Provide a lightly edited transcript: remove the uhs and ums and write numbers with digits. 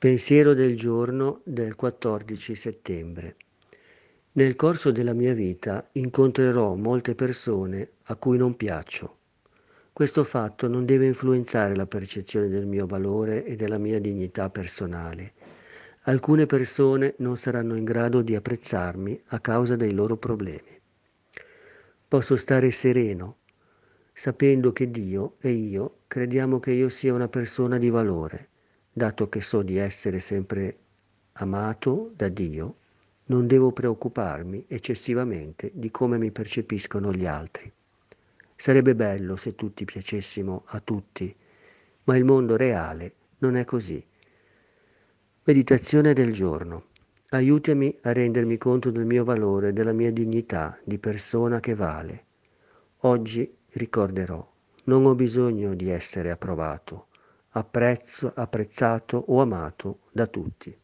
Pensiero del giorno del 14 settembre. Nel corso della mia vita incontrerò molte persone a cui non piaccio. Questo fatto non deve influenzare la percezione del mio valore e della mia dignità personale. Alcune persone non saranno in grado di apprezzarmi a causa dei loro problemi. Posso stare sereno, sapendo che Dio e io crediamo che io sia una persona di valore. Dato che so di essere sempre amato da Dio, non devo preoccuparmi eccessivamente di come mi percepiscono gli altri. Sarebbe bello se tutti piacessimo a tutti, ma il mondo reale non è così. Meditazione del giorno. Aiutami a rendermi conto del mio valore e della mia dignità di persona che vale. Oggi ricorderò, non ho bisogno di essere approvato, apprezzato o amato da tutti.